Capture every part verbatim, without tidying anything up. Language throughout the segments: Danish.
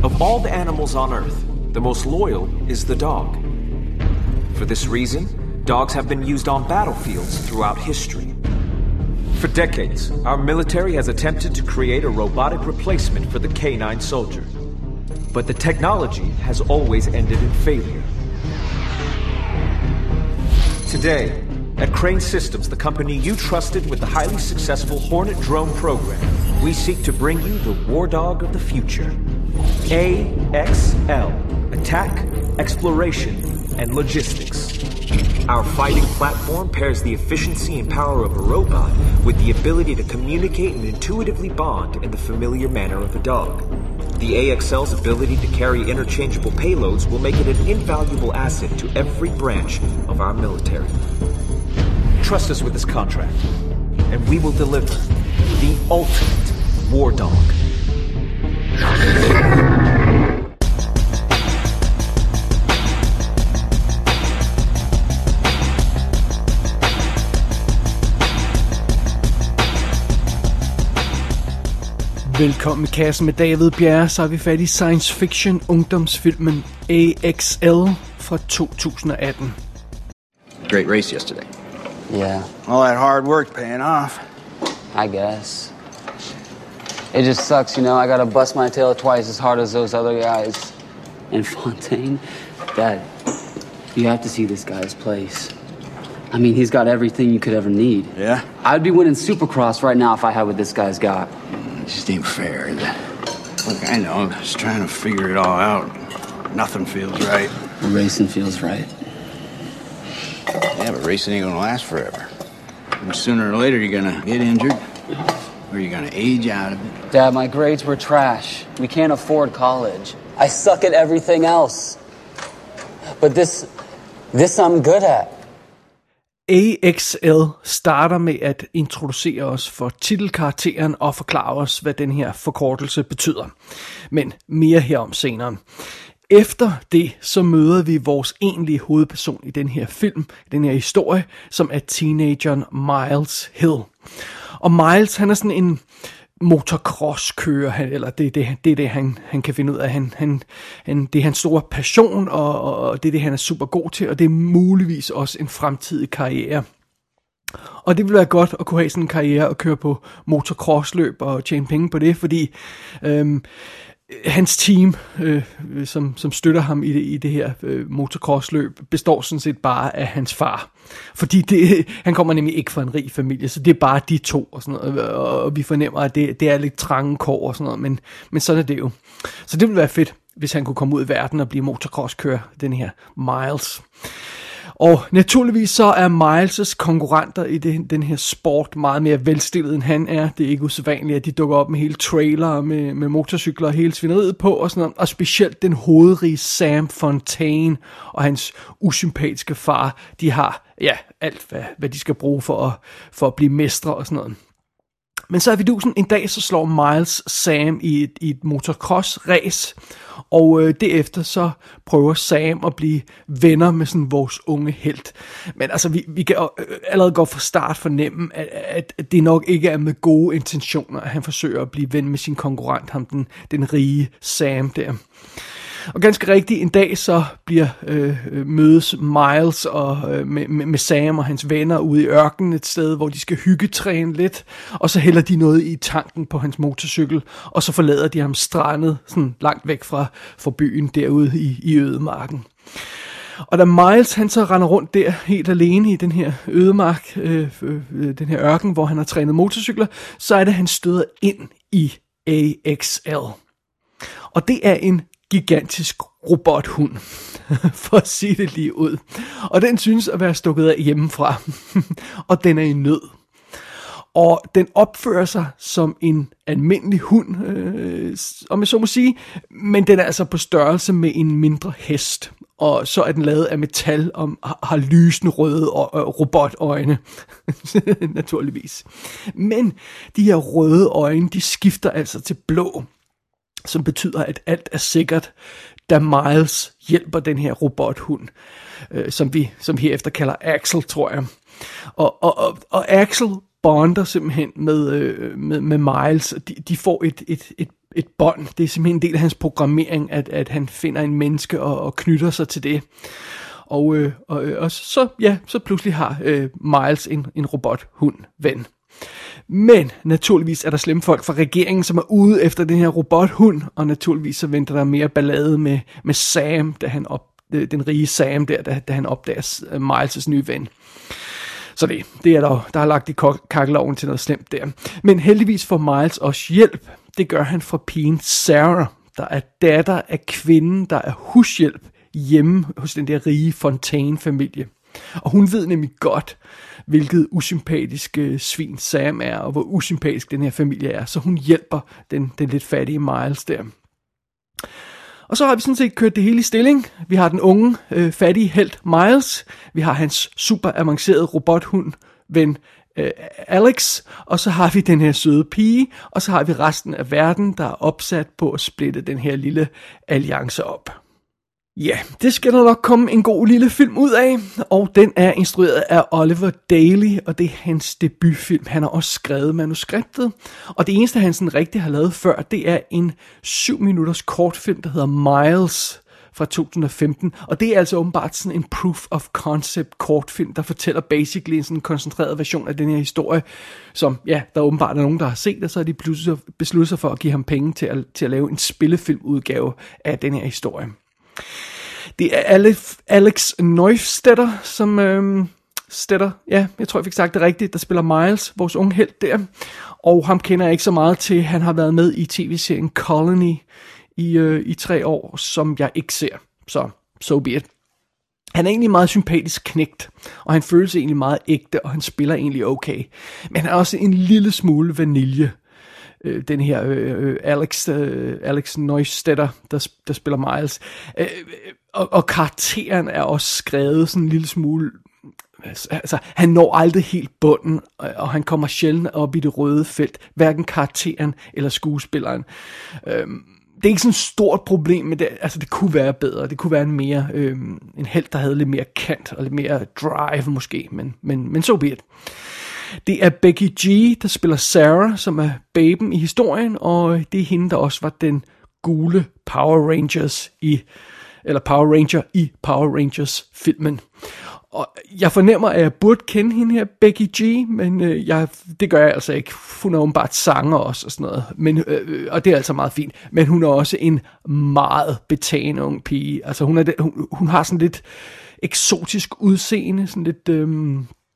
Of all the animals on Earth, the most loyal is the dog. For this reason, dogs have been used on battlefields throughout history. For decades, our military has attempted to create a robotic replacement for the canine soldier. But the technology has always ended in failure. Today, at Crane Systems, the company you trusted with the highly successful Hornet drone program, we seek to bring you the war dog of the future. A X L. Attack, Exploration, and Logistics. Our fighting platform pairs the efficiency and power of a robot with the ability to communicate and intuitively bond in the familiar manner of a dog. The A X L's ability to carry interchangeable payloads will make it an invaluable asset to every branch of our military. Trust us with this contract, and we will deliver the ultimate war dog. Velkommen i kassen med David Bjerre, så er vi fat i science fiction ungdomsfilmen A X L fra to tusind og atten. Great race yesterday. Yeah, All that hard work paying off. I guess. It just sucks, you know, I gotta bust my tail twice as hard as those other guys. And Fontaine, Dad, you have to see this guy's place. I mean, he's got everything you could ever need. Yeah? I'd be winning Supercross right now if I had what this guy's got. It just ain't fair, is it? Look, I know, I'm just trying to figure it all out. Nothing feels right. Racing feels right. Yeah, but racing ain't gonna last forever. And sooner or later, you're gonna get injured, or you're gonna age out of it. Dad, my grades were trash. We can't afford college. I suck at everything else. But this, this I'm good at. A X L starter med at introducere os for titelkarakteren og forklare os, hvad den her forkortelse betyder. Men mere herom senere. Efter det, så møder vi vores egentlige hovedperson i den her film, i den her historie, som er teenageren Miles Hill. Og Miles, han er sådan en motocross-kører, han, eller det er det, det, er det han, han kan finde ud af. Han, han, han, det er hans store passion, og, og det er det, han er super god til, og det er muligvis også en fremtidig karriere. Og det vil være godt at kunne have sådan en karriere og køre på motocrossløb og tjene penge på det, fordi øhm, hans team, øh, som, som støtter ham i det, i det her øh, motocrossløb, består sådan set bare af hans far. Fordi det, han kommer nemlig ikke fra en rig familie, så det er bare de to og sådan noget, og, og vi fornemmer, at det, det er lidt trange kår og sådan noget, men, men sådan er det jo. Så det ville være fedt, hvis han kunne komme ud i verden og blive motocrosskører, den her Miles. Og naturligvis så er Miles' konkurrenter i det, den her sport meget mere velstillet, end han er. Det er ikke usædvanligt, at de dukker op med hele trailer med, med motorcykler og hele svineriet på og sådan noget. Og specielt den hovedrige Sam Fontaine og hans usympatiske far, de har ja, alt, hvad, hvad de skal bruge for at, for at blive mestre og sådan noget. Men så er vidusen, en dag så slår Miles Sam i et, i et motocross-race, og øh, derefter så prøver Sam at blive venner med sådan vores unge helt. Men altså, vi, vi kan øh, allerede godt fra start fornemme, at, at, at det nok ikke er med gode intentioner, at han forsøger at blive ven med sin konkurrent, ham den, den rige Sam der. Og ganske rigtigt, en dag så bliver øh, mødes Miles og, øh, med, med Sam og hans venner ude i ørkenen et sted, hvor de skal hyggetræne lidt, og så hælder de noget i tanken på hans motorcykel, og så forlader de ham strandet sådan langt væk fra, fra byen derude i, i ødemarken. Og da Miles han så render rundt der helt alene i den her ødemark, øh, øh, den her ørken, hvor han har trænet motorcykler, så er det, han støder ind i A X L. Og det er en gigantisk robothund, for at sige det lige ud. Og den synes at være stukket af hjemmefra, og den er i nød. Og den opfører sig som en almindelig hund, øh, om jeg så må sige, men den er altså på størrelse med en mindre hest. Og så er den lavet af metal og har lysende røde robotøjne, naturligvis. Men de her røde øjne, de skifter altså til blå, som betyder, at alt er sikkert, da Miles hjælper den her robothund, øh, som vi som herefter kalder Axel, tror jeg. Og, og, og, og Axel bonder simpelthen med, øh, med, med Miles. De, de får et, et, et, et bånd. Det er simpelthen en del af hans programmering, at, at han finder en menneske og, og knytter sig til det. Og, øh, og, og så, ja, så pludselig har øh, Miles en, en robothund-ven. Men naturligvis er der slemme folk fra regeringen, som er ude efter den her robothund, og naturligvis så venter der mere ballade med, med Sam, da han op, den rige Sam der, da, da han opdager Miles' nye ven. Så det, det er der, der har lagt i kakkeloven til noget slemt der. Men heldigvis får Miles også hjælp. Det gør han fra pigen Sarah, der er datter af kvinden, der er hushjælp hjemme hos den der rige Fontaine-familie. Og hun ved nemlig godt, hvilket usympatisk øh, svin Sam er, og hvor usympatisk den her familie er. Så hun hjælper den, den lidt fattige Miles der. Og så har vi sådan set kørt det hele i stilling. Vi har den unge, øh, fattige helt Miles. Vi har hans super avancerede robothund, ven øh, Alex. Og så har vi den her søde pige. Og så har vi resten af verden, der er opsat på at splitte den her lille alliance op. Ja, det skal der nok komme en god lille film ud af, og den er instrueret af Oliver Daly, og det er hans debutfilm. Han har også skrevet manuskriptet, og det eneste, han sådan rigtig har lavet før, det er en syv minutters kortfilm, der hedder Miles fra to tusind og femten, og det er altså åbenbart sådan en proof of concept kortfilm, der fortæller basically en sådan koncentreret version af den her historie, som, ja, der åbenbart er nogen, der har set, og så har de besluttet sig for at give ham penge til at, til at lave en spillefilmudgave af den her historie. Det er Alex, Alex Neufstetter, som øhm, Stetter, ja, jeg tror jeg fik sagt det rigtigt, der spiller Miles, vores unge helt der. Og ham kender jeg ikke så meget til. Han har været med i tv-serien Colony i, øh, i tre år, som jeg ikke ser. Så, so be it. Han er egentlig meget sympatisk knægt, og han føles egentlig meget ægte, og han spiller egentlig okay. Men han er også en lille smule vanilje. Den her øh, Alex, øh, Alex Neufstetter, der, der spiller Miles. Øh, og, og karakteren er også skrevet sådan en lille smule. Altså, han når aldrig helt bunden, og han kommer sjældent op i det røde felt, hverken karakteren eller skuespilleren. Øh, det er ikke sådan et stort problem, men det, altså, det kunne være bedre. Det kunne være en mere øh, en helt, der havde lidt mere kant og lidt mere drive måske, men, men, men so be it. Det er Becky G, der spiller Sarah, som er baben i historien, og det er hende, der også var den gule Power Rangers i, eller Power Ranger i Power Rangers filmen. Og jeg fornemmer, at jeg burde kende hende her, Becky G, men øh, jeg, det gør jeg altså ikke. Hun er åbenbart sanger også og sådan noget, men, øh, og det er altså meget fint. Men hun er også en meget betagende ung pige. Altså hun, er det, hun, hun har sådan lidt eksotisk udseende, sådan lidt Øh,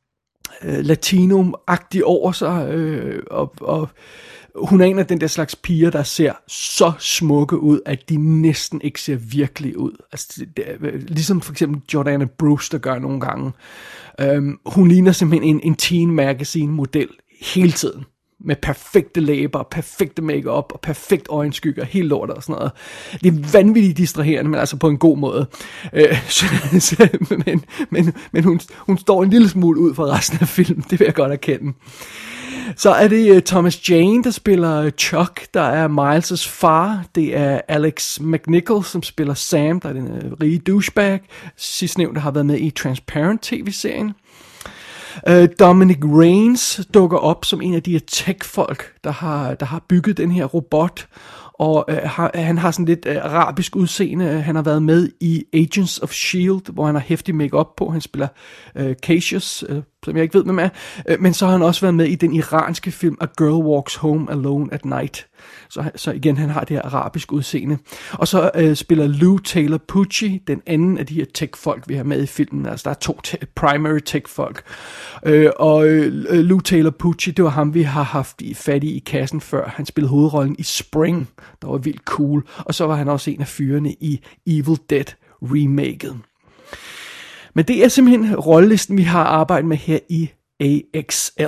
latino-agtig over sig, øh, og, og hun er en af den der slags piger, der ser så smukke ud, at de næsten ikke ser virkelig ud. Altså, det er, ligesom for eksempel Jordana Brewster gør nogle gange. Øhm, hun ligner simpelthen en, en teen magazine-model hele tiden. Med perfekte læber, perfekte makeup og perfekt øjenskygger, helt lortet og sådan noget. Det er vanvittigt distraherende, men altså på en god måde. Øh, så, så, men men, men hun, hun står en lille smule ud fra resten af filmen, det vil jeg godt erkende. Så er det uh, Thomas Jane, der spiller Chuck, der er Miles' far. Det er Alex McNichol, som spiller Sam, der er den uh, rige douchebag. Sidstnævnte har været med i Transparent tv-serien. Uh, Dominic Raines dukker op som en af de her tech-folk, der har, der har bygget den her robot, og uh, har, han har sådan lidt uh, arabisk udseende. Han har været med i Agents of Shield, hvor han har hæftig make-up på. Han spiller uh, Cassius, uh, som jeg ikke ved, hvem er. Uh, men så har han også været med i den iranske film A Girl Walks Home Alone at Night. Så, så igen, han har det her arabisk udseende. Og så øh, spiller Lou Taylor Pucci, den anden af de her tech-folk, vi har med i filmen. Altså, der er to te- primary tech-folk. Øh, og øh, Lou Taylor Pucci, det var ham, vi har haft i fat i i kassen før. Han spillede hovedrollen i Spring, der var vildt cool. Og så var han også en af fyrene i Evil Dead remaket. Men det er simpelthen rollelisten, vi har arbejdet med her i A X L.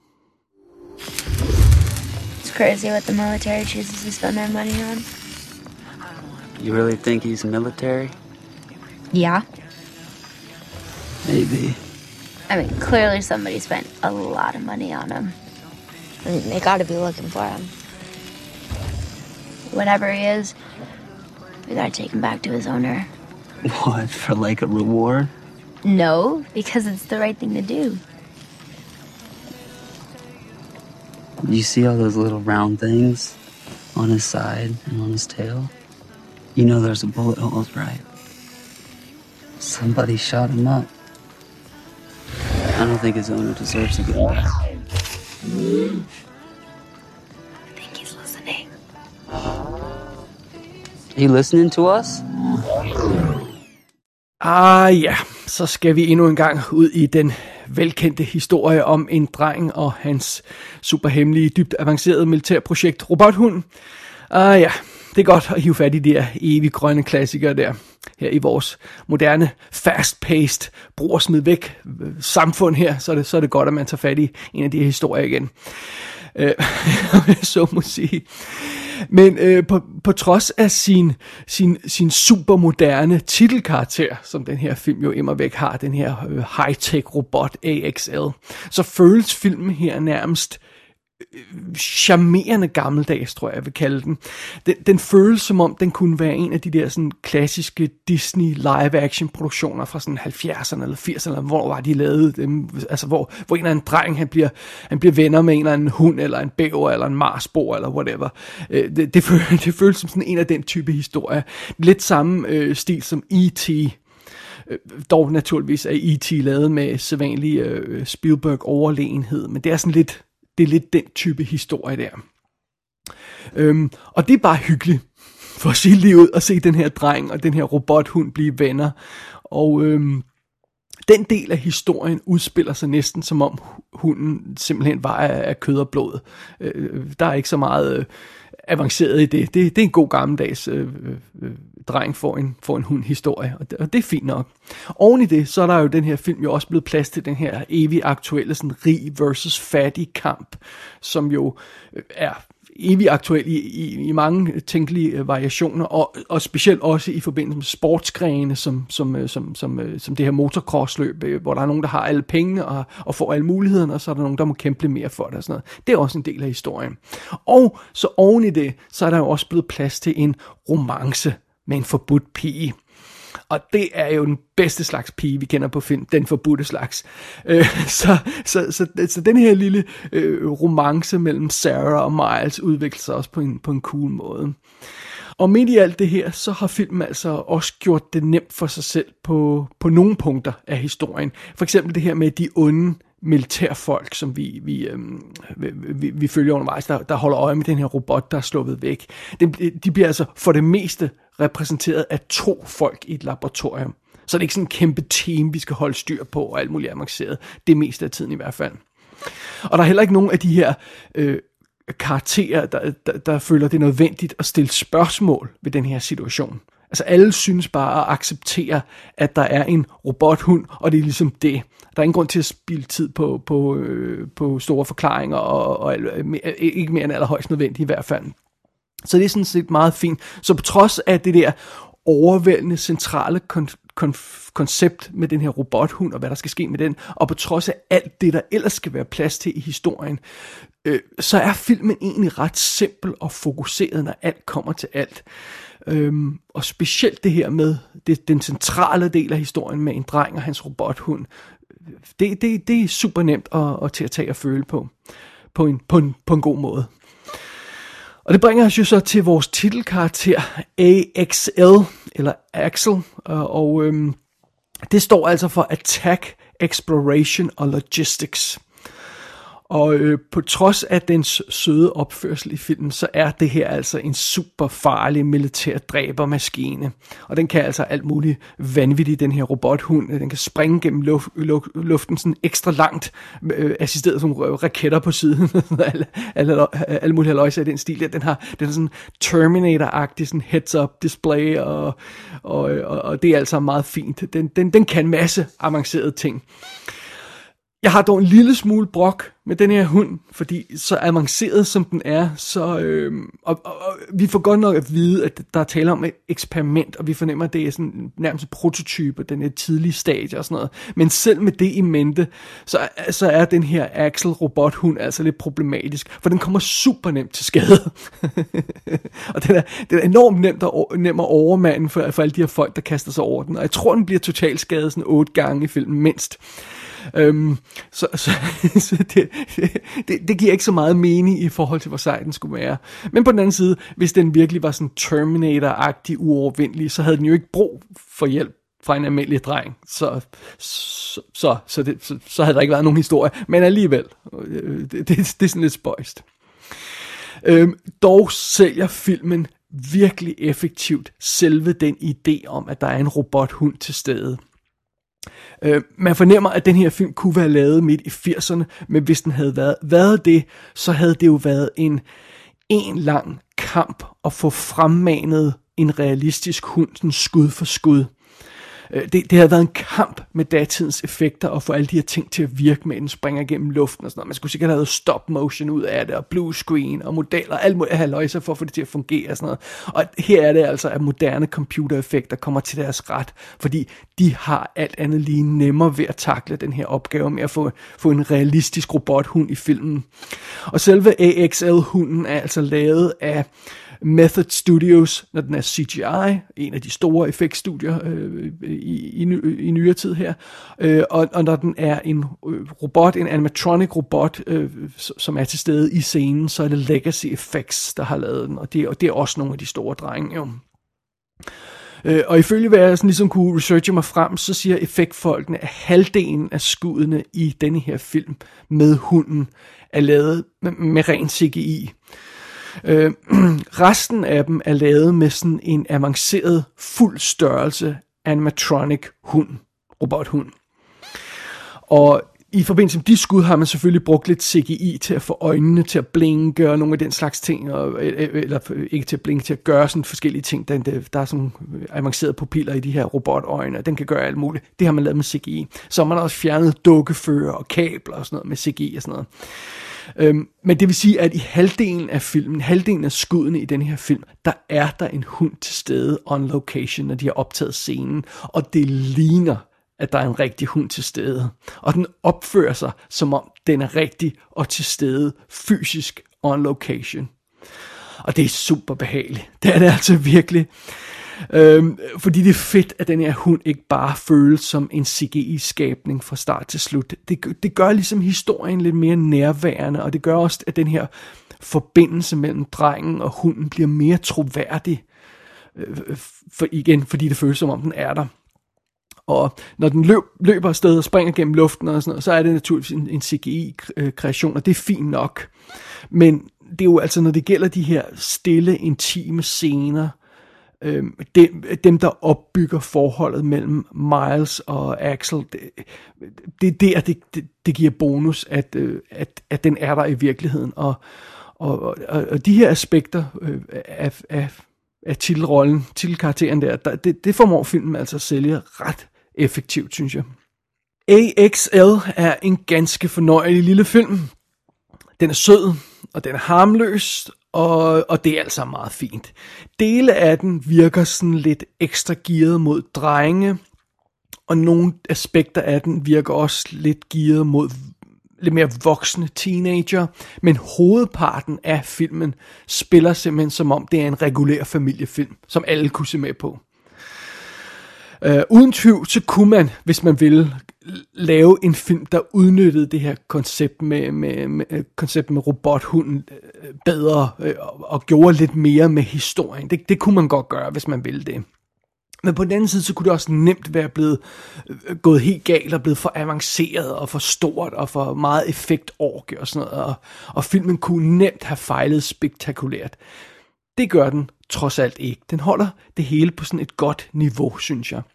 It's crazy what the military chooses to spend their money on. You really think he's military? Yeah. Maybe. I mean, clearly somebody spent a lot of money on him. I mean, they gotta be looking for him. Whatever he is, we gotta take him back to his owner. What, for like a reward? No, because it's the right thing to do. You see all those little round things? on his side and on his tail. You know there's a bullet hole, right? Somebody shot him up. I don't think his owner deserves to get back. I think he's listening. Are you listening to us? Ah ja, så skal vi endnu en gang ud i den velkendte historie om en dreng og hans superhemmelige, dybt avancerede militærprojekt Robothunden. Ah ja, det er godt at hive fat i de her evig grønne klassikere der. Her i vores moderne, fast-paced, brug og smid væk samfund her, så er, det, så er det godt, at man tager fat i en af de her historier igen. Øh, så må sige. Men øh, på, på trods af sin, sin, sin supermoderne titelkarakter, som den her film jo immer væk har, den her øh, high-tech robot A X L, så føles filmen her nærmest charmerende gammeldags, tror jeg, jeg vil kalde den. den. Den føles som om, den kunne være en af de der sådan klassiske Disney live-action produktioner fra sådan halvfjerdserne eller firserne, eller hvor var de lavede dem, altså hvor, hvor en eller anden dreng, han bliver, han bliver venner med en eller anden hund, eller en bæver, eller en marsbo, eller whatever. Det, det, det, føles, det føles som sådan en af den type historie. Lidt samme øh, stil som E T Dog naturligvis er E T lavet med sædvanlig øh, Spielberg-overlegenhed, men det er sådan lidt Det er lidt den type historie der. Øhm, og det er bare hyggeligt, for at sige lige ud, at se den her dreng og den her robothund blive venner. Og øhm, den del af historien udspiller sig næsten som om hunden simpelthen var af, af kød og blod. Øh, der er ikke så meget øh, avanceret i det. det. Det er en god gammeldags øh, øh, dreng får en, får en hund-historie, og det, og det er fint nok. Oven i det, så er der jo den her film jo også blevet plads til den her evig aktuelle sådan rig versus fattig kamp, som jo er evig aktuel i, i, i mange tænkelige variationer, og, og specielt også i forbindelse med sportsgrene, som, som, som, som, som det her motocrossløb, hvor der er nogen, der har alle pengene og, og får alle mulighederne, og så er der nogen, der må kæmpe lidt mere for det og sådan noget. Det er også en del af historien. Og så oven i det, så er der jo også blevet plads til en romance med en forbudt pige. Og det er jo den bedste slags pige, vi kender på film, den forbudte slags. Øh, så, så, så, så den her lille øh, romance mellem Sarah og Miles udvikler sig også på en, på en cool måde. Og midt i alt det her, så har filmen altså også gjort det nemt for sig selv på, på nogle punkter af historien. For eksempel det her med de onde militærfolk, som vi, vi, øhm, vi, vi følger undervejs, der, der holder øje med den her robot, der er sluppet væk. De, de bliver altså for det meste repræsenteret af to folk i et laboratorium. Så det er ikke sådan en kæmpe team, vi skal holde styr på, og alt muligt avanceret. Det meste af tiden i hvert fald. Og der er heller ikke nogen af de her øh, karakterer, der, der, der føler det nødvendigt at stille spørgsmål ved den her situation. Altså alle synes bare at acceptere, at der er en robothund, og det er ligesom det. Der er ingen grund til at spilde tid på, på, øh, på store forklaringer, og, og ikke mere end allerhøjst nødvendigt i hvert fald. Så det er sådan set meget fint. Så på trods af det der overvældende centrale kon- kon- koncept med den her robothund, og hvad der skal ske med den, og på trods af alt det, der ellers skal være plads til i historien, øh, så er filmen egentlig ret simpel og fokuseret, når alt kommer til alt. Øhm, og specielt det her med det, den centrale del af historien med en dreng og hans robothund, det, det, det er super nemt at, at til at tage og føle på, på en, på en, på en god måde. Og det bringer os jo så til vores titelkarakter A X L, eller Axel, og øhm, det står altså for Attack, Exploration og Logistics. Og øh, på trods af dens søde opførsel i filmen, så er det her altså en super farlig militær dræbermaskine. Og den kan altså alt muligt vanvittigt, den her robothund. Den kan springe gennem luft, luft, luften sådan ekstra langt, øh, assisteret som raketter på siden. alle, alle, alle mulige haløjser i den stil. Den har, den har sådan Terminator-agtig sådan heads-up display, og, og, og, og det er altså meget fint. Den, den, den kan en masse avancerede ting. Jeg har dog en lille smule brok med den her hund, fordi så avanceret som den er, så øh, og, og, og vi får godt nok at vide, at der er tale om et eksperiment, og vi fornemmer, at det er sådan nærmest prototype, den er tidlige stadie og sådan noget. Men selv med det i mente, så, så er den her Axel robothund altså lidt problematisk, for den kommer super nemt til skade. Og den er, den er enormt nemt at, nem at overmande for, for alle de her folk, der kaster sig over den, og jeg tror, den bliver totalt skadet sådan otte gange i filmen mindst. Øhm, så så, så det, det, det giver ikke så meget mening i forhold til, hvor sej den skulle være. Men på den anden side, hvis den virkelig var sådan Terminator-agtig uovervindelig, så havde den jo ikke brug for hjælp fra en almindelig dreng. Så, så, så, så, det, så, så havde der ikke været nogen historie. Men alligevel, det, det, det er sådan lidt spøjst. Øhm, dog sælger filmen virkelig effektivt selve den idé om, at der er en robothund til stede. Øh, man fornemmer, at den her film kunne være lavet midt i firserne, men hvis den havde været, været det, så havde det jo været en en lang kamp at få fremmanet en realistisk hund, sådan skud for skud. Det, det havde været en kamp med datidens effekter og få alle de her ting til at virke med, at den springer gennem luften og sådan noget. Man skulle sikkert have stop motion ud af det, og blue screen og modeller, alt muligt haløjser for at få det til at fungere og sådan noget. Og her er det altså, at moderne computereffekter kommer til deres ret, fordi de har alt andet lige nemmere ved at takle den her opgave med at få, få en realistisk robothund i filmen. Og selve A X L-hunden er altså lavet af Method Studios, når den er C G I, en af de store effektstudier øh, i, i, i nyere tid her, øh, og, og når den er en robot, en animatronic robot, øh, som er til stede i scenen, så er det Legacy Effects, der har lavet den, og det, og det er også nogle af de store drenge, jo. Øh, og ifølge hvad jeg sådan ligesom kunne researche mig frem, så siger effektfolkene, at halvdelen af skuddene i denne her film med hunden er lavet med, med ren C G I. Øh, resten af dem er lavet med sådan en avanceret fuld størrelse animatronic hund, robothund. Og i forbindelse med de skud har man selvfølgelig brugt lidt C G I til at få øjnene til at blinke og nogle af den slags ting, og, eller ikke til at blinke, til at gøre sådan forskellige ting. Der, der er sådan avancerede pupiller i de her robotøjne, og den kan gøre alt muligt. Det har man lavet med C G I. Så har man også fjernet dukkefører og kabler og sådan noget med C G I og sådan noget. Øhm, men det vil sige, at i halvdelen af filmen, halvdelen af skuddene i den her film, der er der en hund til stede on location, når de har optaget scenen, og det ligner, at der er en rigtig hund til stede. Og den opfører sig, som om den er rigtig og til stede fysisk on location. Og det er super behageligt. Det er det altså virkelig. Øhm, fordi det er fedt, at den her hund ikke bare føles som en C G I-skabning fra start til slut. Det, det gør ligesom historien lidt mere nærværende, og det gør også, at den her forbindelse mellem drengen og hunden bliver mere troværdig. Øh, for, igen, fordi det føles som om den er der. Og når den løb, løber afsted og springer gennem luften og sådan noget, så er det naturligvis en, en C G I-kreation, og det er fint nok. Men det er jo altså, når det gælder de her stille, intime scener, øh, dem, dem der opbygger forholdet mellem Miles og Axel, det, det, det, er, det, det, det giver bonus, at, at, at den er der i virkeligheden. Og, og, og, og de her aspekter øh, af, af, af titelrollen, titelkarakteren der, der det, det formår filmen altså at sælge ret effektivt, synes jeg. A X L er en ganske fornøjelig lille film. Den er sød, og den er harmløs, og, og det er altså meget fint. Dele af den virker sådan lidt ekstra gearet mod drenge, og nogle aspekter af den virker også lidt gearet mod lidt mere voksne teenager, men hovedparten af filmen spiller simpelthen som om det er en regulær familiefilm, som alle kunne se med på. Uh, uden tvivl, så kunne man, hvis man ville, lave en film, der udnyttede det her koncept med, med, med, koncept med robothunden bedre, uh, og gjorde lidt mere med historien. Det, det kunne man godt gøre, hvis man ville det. Men på den anden side, så kunne det også nemt være blevet uh, gået helt galt og blevet for avanceret og for stort og for meget effektorgie og sådan noget. Og, og filmen kunne nemt have fejlet spektakulært. Det gør den trods alt ikke. Den holder det hele på sådan et godt niveau, synes jeg.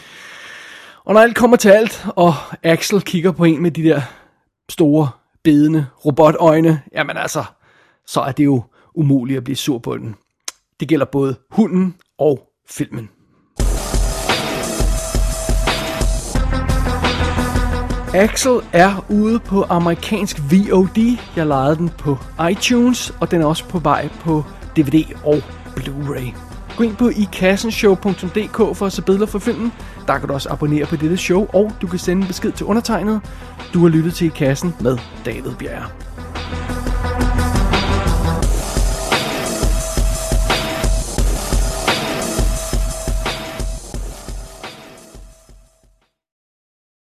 Og når alt kommer til alt, og Axel kigger på en med de der store, bedende robotøjne, jamen altså, så er det jo umuligt at blive sur på den. Det gælder både hunden og filmen. Axel er ude på amerikansk V O D. Jeg lejede den på iTunes, og den er også på vej på D V D og Blu-ray. Gå ind på i kassen show punktum d k for at se billeder fra filmen. Der kan du også abonnere på dette show, og du kan sende en besked til undertegnet. Du har lyttet til I Kassen med David Bjerre.